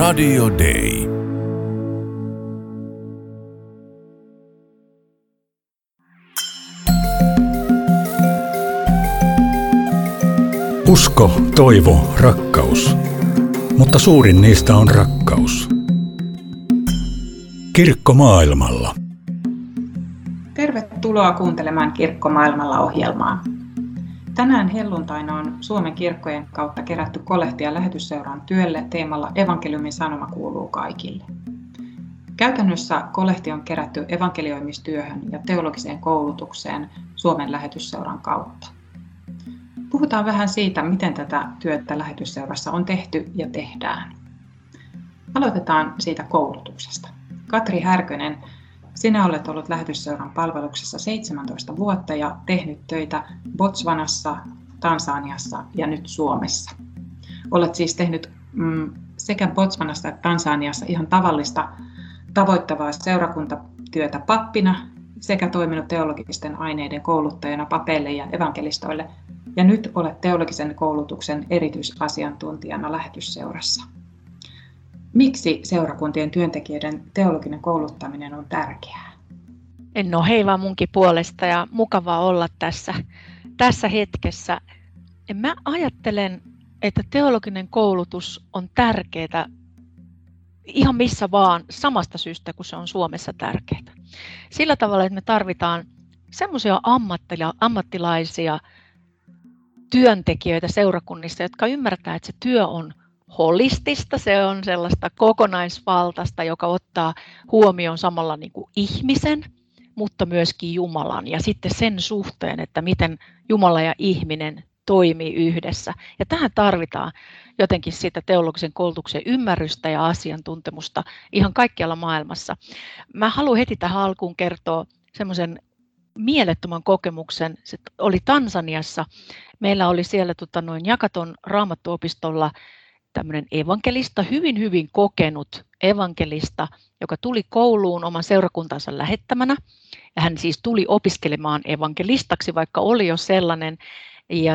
Radio Day. Usko, toivo, rakkaus. Mutta suurin niistä on rakkaus. Kirkko maailmalla. Tervetuloa kuuntelemaan Kirkko maailmalla -ohjelmaa. Tänään helluntaina on Suomen kirkkojen kautta kerätty kolehtia Lähetysseuran työlle teemalla Evankeliumin sanoma kuuluu kaikille. Käytännössä kolehti on kerätty evankelioimistyöhön ja teologiseen koulutukseen Suomen Lähetysseuran kautta. Puhutaan vähän siitä, miten tätä työtä Lähetysseurassa on tehty ja tehdään. Aloitetaan siitä koulutuksesta. Katri Härkönen, sinä olet ollut Lähetysseuran palveluksessa 17 vuotta ja tehnyt töitä Botswanassa, Tansaniassa ja nyt Suomessa. Olet siis tehnyt sekä Botswanassa että Tansaniassa ihan tavallista tavoittavaa seurakuntatyötä pappina sekä toiminut teologisten aineiden kouluttajana papeille ja evankelistoille. Ja nyt olet teologisen koulutuksen erityisasiantuntijana Lähetysseurassa. Miksi seurakuntien työntekijöiden teologinen kouluttaminen on tärkeää? No hei vaan munkin puolesta ja mukavaa olla tässä hetkessä. Mä ajattelen, että teologinen koulutus on tärkeää ihan missä vaan samasta syystä, kun se on Suomessa tärkeää. Sillä tavalla, että me tarvitaan semmoisia ammattilaisia työntekijöitä seurakunnissa, jotka ymmärtää, että se työ on holistista, se on sellaista kokonaisvaltaista, joka ottaa huomioon samalla niin kuin ihmisen, mutta myöskin Jumalan ja sitten sen suhteen, että miten Jumala ja ihminen toimii yhdessä. Ja tähän tarvitaan jotenkin sitä teologisen koulutuksen ymmärrystä ja asiantuntemusta ihan kaikkialla maailmassa. Mä haluan heti tähän alkuun kertoa semmoisen mielettömän kokemuksen. Se oli Tansaniassa. Meillä oli siellä Jakaton raamattuopistolla tämmöinen evankelista, hyvin kokenut evankelista, joka tuli kouluun oman seurakuntansa lähettämänä. Ja hän siis tuli opiskelemaan evankelistaksi, vaikka oli jo sellainen. Ja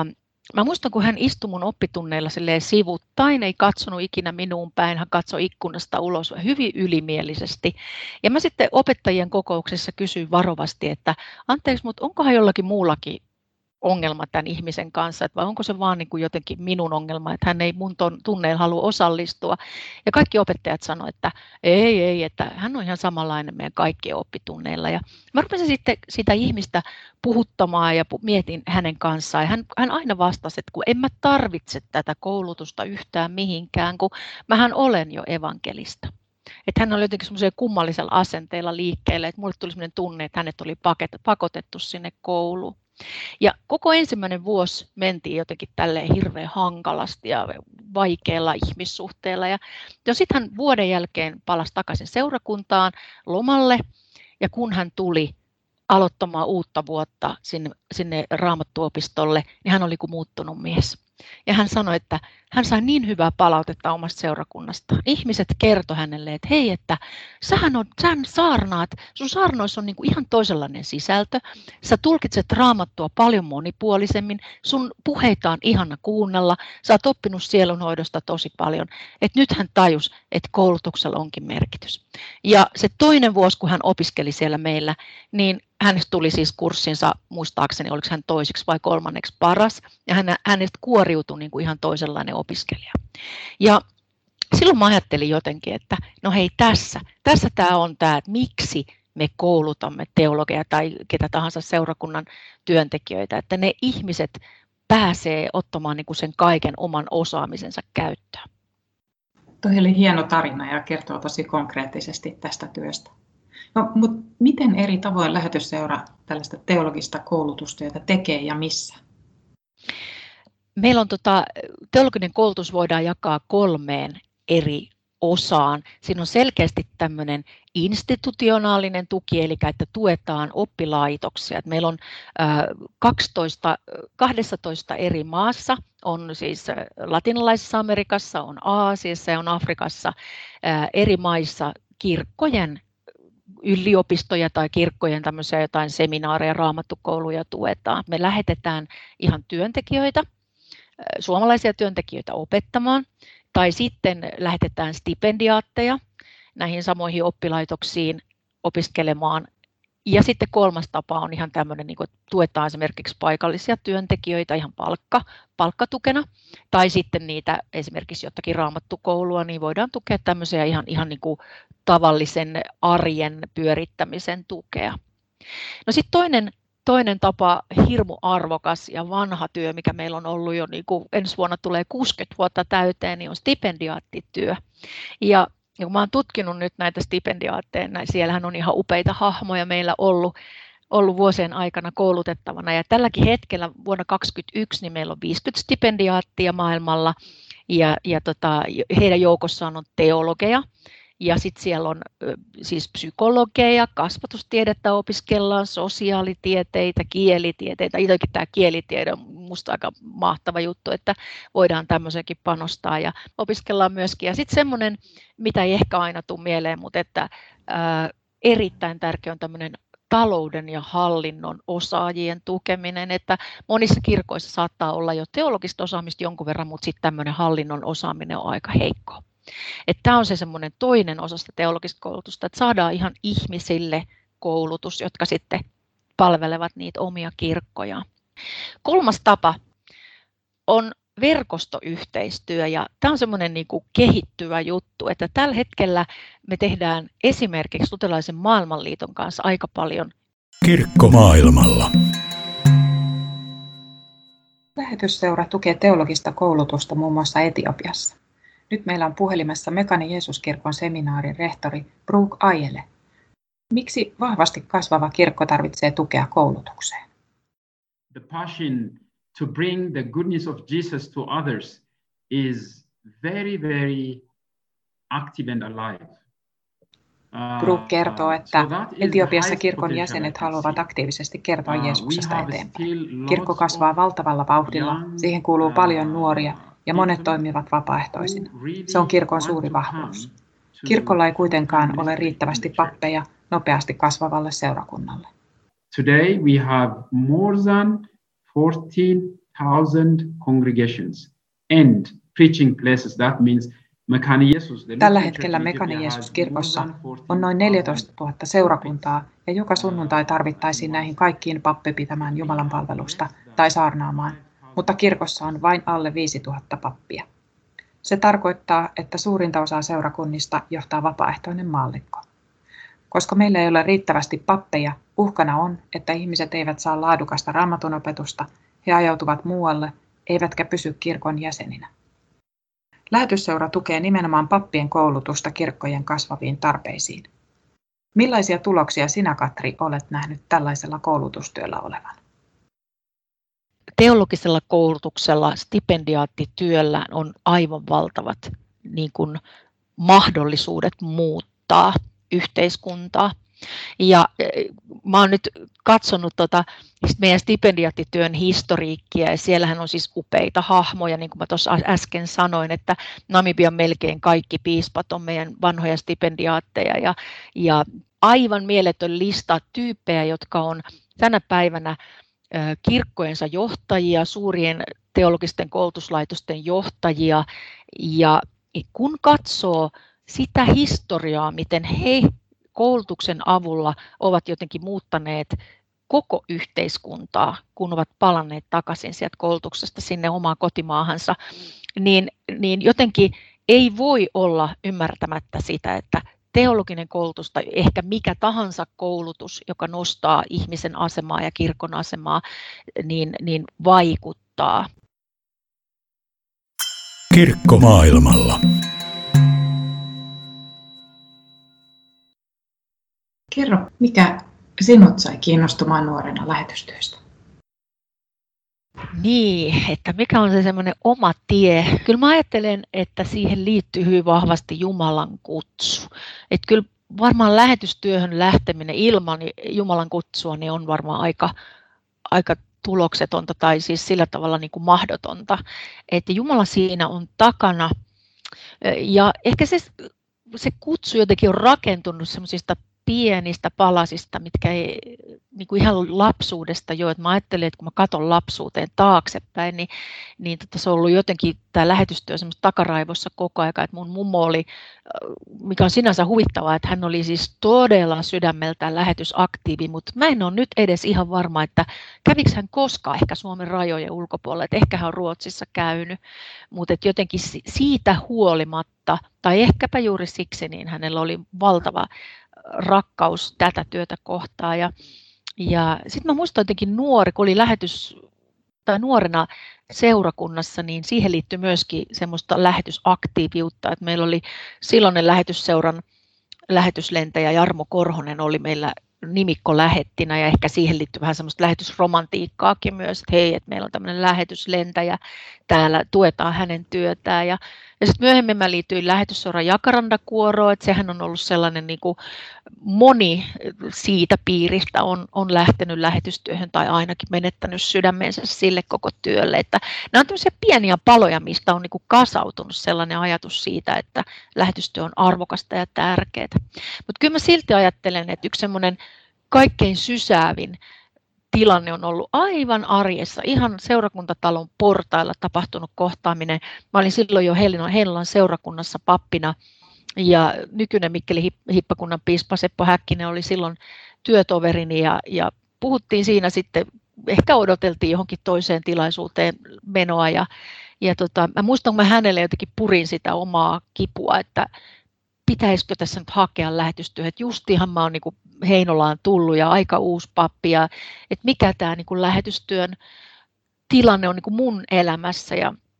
mä muistan, kun hän istui mun oppitunneilla sivuttain, ei katsonut ikinä minuun päin, hän katsoi ikkunasta ulos hyvin ylimielisesti. Ja mä sitten opettajien kokouksessa kysyin varovasti, että anteeksi, mutta onkohan jollakin muullakin ongelma tämän ihmisen kanssa, vai onko se vaan niin kuin jotenkin minun ongelma, että hän ei mun tunneilla halua osallistua. Ja kaikki opettajat sanoivat, että ei, että hän on ihan samanlainen meidän kaikkien oppitunneilla. Ja mä rupesin sitten sitä ihmistä puhuttamaan ja mietin hänen kanssaan. Ja hän aina vastasi, että kun en mä tarvitse tätä koulutusta yhtään mihinkään, kun mähän olen jo evankelista. Että hän oli jotenkin semmoisella kummallisella asenteella liikkeelle, että mulle tuli semmoinen tunne, että hänet oli pakotettu sinne kouluun. Ja koko ensimmäinen vuosi mentiin jotenkin tälleen hirveän hankalasti ja vaikealla ihmissuhteella. Ja sitten hän vuoden jälkeen palasi takaisin seurakuntaan lomalle. Ja kun hän tuli aloittamaan uutta vuotta sinne raamattuopistolle, niin hän oli kuin muuttunut mies. Ja hän sanoi, että hän sai niin hyvää palautetta omasta seurakunnasta. Ihmiset kertoi hänelle, että hei, että sähän saarnaat, sun saarnoissa on niin kuin ihan toisenlainen sisältö. Sä tulkitset raamattua paljon monipuolisemmin, sun puheita on ihana kuunnella, sä oot oppinut sielunhoidosta tosi paljon. Että nyt hän tajusi, että koulutuksella onkin merkitys. Ja se toinen vuosi, kun hän opiskeli siellä meillä, niin hänestä tuli siis kurssinsa, muistaakseni, oliko hän toiseksi vai kolmanneksi paras, ja hänestä kuoriutui niin kuin ihan toisenlainen opiskelija. Ja silloin mä ajattelin jotenkin, että no hei, tässä tämä on tämä, että miksi me koulutamme teologeja tai ketä tahansa seurakunnan työntekijöitä, että ne ihmiset pääsee ottamaan niin kuin sen kaiken oman osaamisensa käyttöön. Toi oli hieno tarina ja kertoo tosi konkreettisesti tästä työstä. No, mutta miten eri tavoin Lähetysseura tällaista teologista koulutustyötä tekee ja missä? Meillä on teologinen koulutus voidaan jakaa 3 eri osaan. Siinä on selkeästi tämmöinen institutionaalinen tuki, eli että tuetaan oppilaitoksia. Meillä on 12 eri maassa, on siis Latinalaisessa Amerikassa, on Aasiassa ja on Afrikassa eri maissa kirkkojen yliopistoja tai kirkkojen tämmöisiä jotain seminaareja, raamattukouluja tuetaan. Me lähetetään ihan työntekijöitä, suomalaisia työntekijöitä opettamaan. Tai sitten lähetetään stipendiaatteja näihin samoihin oppilaitoksiin opiskelemaan. Ja sitten kolmas tapa on ihan tämmöinen, niin kuin, että tuetaan esimerkiksi paikallisia työntekijöitä ihan palkkatukena. Tai sitten niitä esimerkiksi jotakin raamattukoulua, niin voidaan tukea tämmöisiä ihan niin kuin tavallisen arjen pyörittämisen tukea. No sitten toinen tapa, hirmu arvokas ja vanha työ, mikä meillä on ollut jo, niin kuin ensi vuonna tulee 60 vuotta täyteen, niin on stipendiaattityö. Ja kun mä oon tutkinut nyt näitä stipendiaatteja, siellähän on ihan upeita hahmoja meillä ollut vuosien aikana koulutettavana. Ja tälläkin hetkellä vuonna 2021 niin meillä on 50 stipendiaattia maailmalla ja heidän joukossaan on teologeja. Ja sitten siellä on siis psykologeja, kasvatustiedettä opiskellaan, sosiaalitieteitä, kielitieteitä. Itsekin tämä kielitiede on minusta aika mahtava juttu, että voidaan tämmöisenkin panostaa ja opiskellaan myöskin. Ja sitten semmoinen, mitä ei ehkä aina tule mieleen, mutta että erittäin tärkeä on tämmöinen talouden ja hallinnon osaajien tukeminen, että monissa kirkoissa saattaa olla jo teologista osaamista jonkun verran, mutta sitten tämmöinen hallinnon osaaminen on aika heikkoa. Tämä on se semmoinen toinen osa sitä teologista koulutusta, että saadaan ihan ihmisille koulutus, jotka sitten palvelevat niitä omia kirkkoja. Kolmas tapa on verkostoyhteistyö, ja tämä on semmoinen niin kuin kehittyvä juttu, että tällä hetkellä me tehdään esimerkiksi Luterilaisen maailmanliiton kanssa aika paljon Kirkko maailmalla. Lähetysseura tukee teologista koulutusta muun muassa Etiopiassa. Nyt meillä on puhelimessa Mekane Jeesuskirkon seminaarin rehtori Brooke Ayele. Miksi vahvasti kasvava kirkko tarvitsee tukea koulutukseen? The passion to bring the goodness of Jesus to others is very, very active and alive. Brooke kertoo, että Etiopiassa kirkon jäsenet haluavat aktiivisesti kertoa Jeesuksesta eteenpäin. Kirkko kasvaa valtavalla vauhdilla, siihen kuuluu paljon nuoria ja monet toimivat vapaaehtoisina. Se on kirkon suuri vahvuus. Kirkolla ei kuitenkaan ole riittävästi pappeja nopeasti kasvavalle seurakunnalle. Today we have more than 14,000 congregations and preaching places. That means Mekane Jesus. Tällä hetkellä Mekane Jeesus-kirkossa on noin 14 000 seurakuntaa ja joka sunnuntai tarvittaisiin näihin kaikkiin pappi pitämään Jumalan palvelusta tai saarnaamaan, mutta kirkossa on vain alle 5 000 pappia. Se tarkoittaa, että suurinta osaa seurakunnista johtaa vapaaehtoinen maallikko. Koska meillä ei ole riittävästi pappeja, uhkana on, että ihmiset eivät saa laadukasta raamatunopetusta, he ajautuvat muualle, eivätkä pysy kirkon jäseninä. Lähetysseura tukee nimenomaan pappien koulutusta kirkkojen kasvaviin tarpeisiin. Millaisia tuloksia sinä, Katri, olet nähnyt tällaisella koulutustyöllä olevan? Teologisella koulutuksella, stipendiaattityöllä on aivan valtavat niin kuin, mahdollisuudet muuttaa yhteiskuntaa. Ja mä oon nyt katsonut meidän stipendiaattityön historiikkia, ja siellähän on siis upeita hahmoja, niin kuin mä tuossa äsken sanoin, että Namibian melkein kaikki piispat on meidän vanhoja stipendiaatteja, ja aivan mieletön lista tyyppejä, jotka on tänä päivänä kirkkojensa johtajia, suurien teologisten koulutuslaitosten johtajia, ja kun katsoo sitä historiaa, miten he koulutuksen avulla ovat jotenkin muuttaneet koko yhteiskuntaa, kun ovat palanneet takaisin sieltä koulutuksesta sinne omaan kotimaahansa, niin jotenkin ei voi olla ymmärtämättä sitä, että teologinen koulutus tai ehkä mikä tahansa koulutus, joka nostaa ihmisen asemaa ja kirkon asemaa, niin vaikuttaa. Kirkko maailmalla. Kerro, mikä sinut sai kiinnostumaan nuorena lähetystyöstä? Niin, että mikä on se semmoinen oma tie. Kyllä mä ajattelen, että siihen liittyy hyvin vahvasti Jumalan kutsu. Että kyllä varmaan lähetystyöhön lähteminen ilman Jumalan kutsua niin on varmaan aika tuloksetonta tai siis sillä tavalla niin kuin mahdotonta. Että Jumala siinä on takana ja ehkä se kutsu jotenkin on rakentunut semmoisista pienistä palasista, mitkä ei niin kuin ihan lapsuudesta jo, että mä ajattelin, että kun mä katson lapsuuteen taaksepäin, niin se on ollut jotenkin tämä lähetystyö semmoista takaraivossa koko ajan, että mun mummo oli, mikä on sinänsä huvittavaa, että hän oli siis todella sydämeltään lähetysaktiivi, mutta mä en ole nyt edes ihan varma, että kävikö hän koskaan ehkä Suomen rajojen ulkopuolella, että ehkä hän on Ruotsissa käynyt, mutta jotenkin siitä huolimatta, tai ehkäpä juuri siksi, niin hänellä oli valtava rakkaus tätä työtä kohtaan. Ja sitten mä muistan jotenkin kun oli nuorena seurakunnassa, niin siihen liittyi myöskin semmoista lähetysaktiiviutta, että meillä oli silloinen lähetysseuran lähetyslentäjä Jarmo Korhonen oli meillä nimikkolähettinä ja ehkä siihen liittyy vähän semmoista lähetysromantiikkaakin myös, että hei, että meillä on tämmöinen lähetyslentäjä, täällä tuetaan hänen työtään ja sitten myöhemmin mä liityin lähetysseuran Jacaranda-kuoroon, että sehän on ollut sellainen niin kuin moni siitä piiristä on lähtenyt lähetystyöhön tai ainakin menettänyt sydämensä sille koko työlle, että nämä on tämmöisiä pieniä paloja, mistä on niin kuin kasautunut sellainen ajatus siitä, että lähetystyö on arvokasta ja tärkeää. Mutta kyllä mä silti ajattelen, että yksi semmoinen kaikkein sysäävin tilanne on ollut aivan arjessa, ihan seurakuntatalon portailla tapahtunut kohtaaminen. Mä olin silloin jo Heinolan seurakunnassa pappina ja nykyinen Mikkelin hippakunnan piispa Seppo Häkkinen oli silloin työtoverini ja puhuttiin siinä sitten, ehkä odoteltiin johonkin toiseen tilaisuuteen menoa ja mä muistan, kun mä hänelle jotenkin purin sitä omaa kipua, että pitäisikö tässä nyt hakea lähetystyöhön, että justiinhan mä oon niin kuin Heinolaan tullut ja aika uusi pappi ja että mikä tämä niin kuin lähetystyön tilanne on niin kuin mun elämässä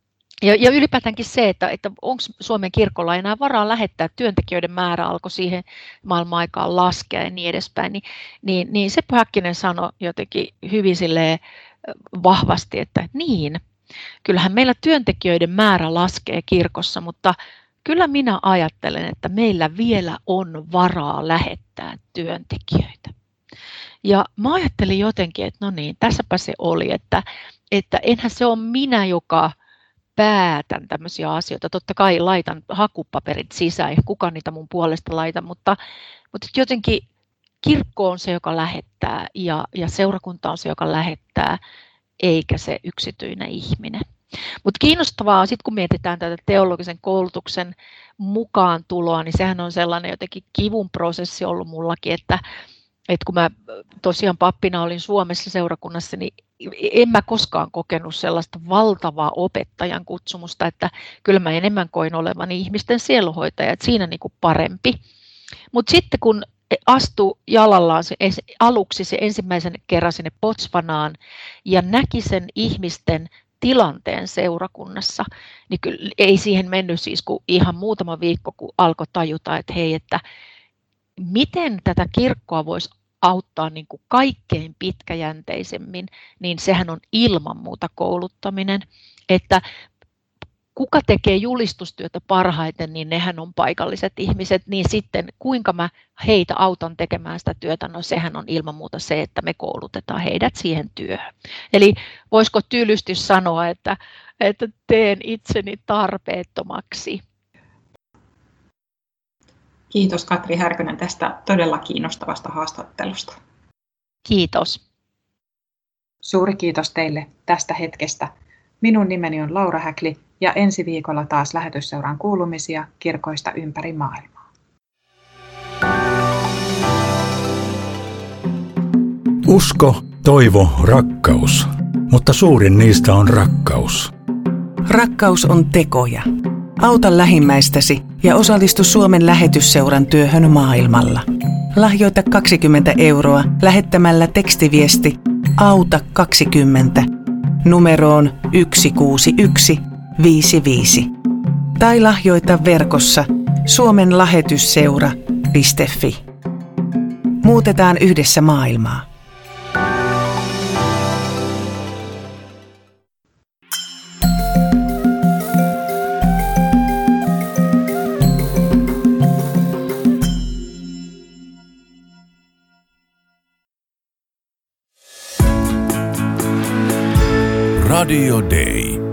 ja ylipäätäänkin se, että onko Suomen kirkolla enää varaa lähettää, työntekijöiden määrä alkoi siihen maailman aikaan laskea ja niin edespäin, niin Seppo Häkkinen sanoi jotenkin hyvin silleen vahvasti, että niin, kyllähän meillä työntekijöiden määrä laskee kirkossa, mutta kyllä minä ajattelen, että meillä vielä on varaa lähettää työntekijöitä. Ja mä ajattelin jotenkin, että no niin, tässäpä se oli, että enhän se ole minä, joka päätän tämmöisiä asioita. Totta kai laitan hakupaperit sisään, ei kukaan niitä mun puolesta laita, mutta jotenkin kirkko on se, joka lähettää ja seurakunta on se, joka lähettää, eikä se yksityinen ihminen. Mutta kiinnostavaa on sitten, kun mietitään tätä teologisen koulutuksen mukaan tuloa, niin sehän on sellainen jotenkin kivun prosessi ollut mullakin, että kun mä tosiaan pappina olin Suomessa seurakunnassa, niin en mä koskaan kokenut sellaista valtavaa opettajan kutsumusta, että kyllä mä enemmän koin olevani ihmisten sielunhoitaja, että siinä niin kuin parempi. Mutta sitten kun astui jalallaan aluksi se ensimmäisen kerran sinne Botswanaan ja näki sen ihmisten tilanteen seurakunnassa, niin kyllä ei siihen mennyt siis kuin ihan muutama viikko, kun alkoi tajuta, että hei, että miten tätä kirkkoa voisi auttaa niin kuin kaikkein pitkäjänteisemmin, niin sehän on ilman muuta kouluttaminen, että kuka tekee julistustyötä parhaiten, niin nehän on paikalliset ihmiset, niin sitten kuinka mä heitä autan tekemään sitä työtä, no sehän on ilman muuta se, että me koulutetaan heidät siihen työhön. Eli voisiko tylysti sanoa, että teen itseni tarpeettomaksi. Kiitos Katri Härkönen tästä todella kiinnostavasta haastattelusta. Kiitos. Suuri kiitos teille tästä hetkestä. Minun nimeni on Laura Häkli ja ensi viikolla taas lähetysseuran kuulumisia kirkoista ympäri maailmaa. Usko, toivo, rakkaus. Mutta suurin niistä on rakkaus. Rakkaus on tekoja. Auta lähimmäistäsi ja osallistu Suomen lähetysseuran työhön maailmalla. Lahjoita 20 € lähettämällä tekstiviesti Auta 20 numeroon 16155 tai lahjoita verkossa suomenlähetysseura.fi. Muutetaan yhdessä maailmaa. Radio Day.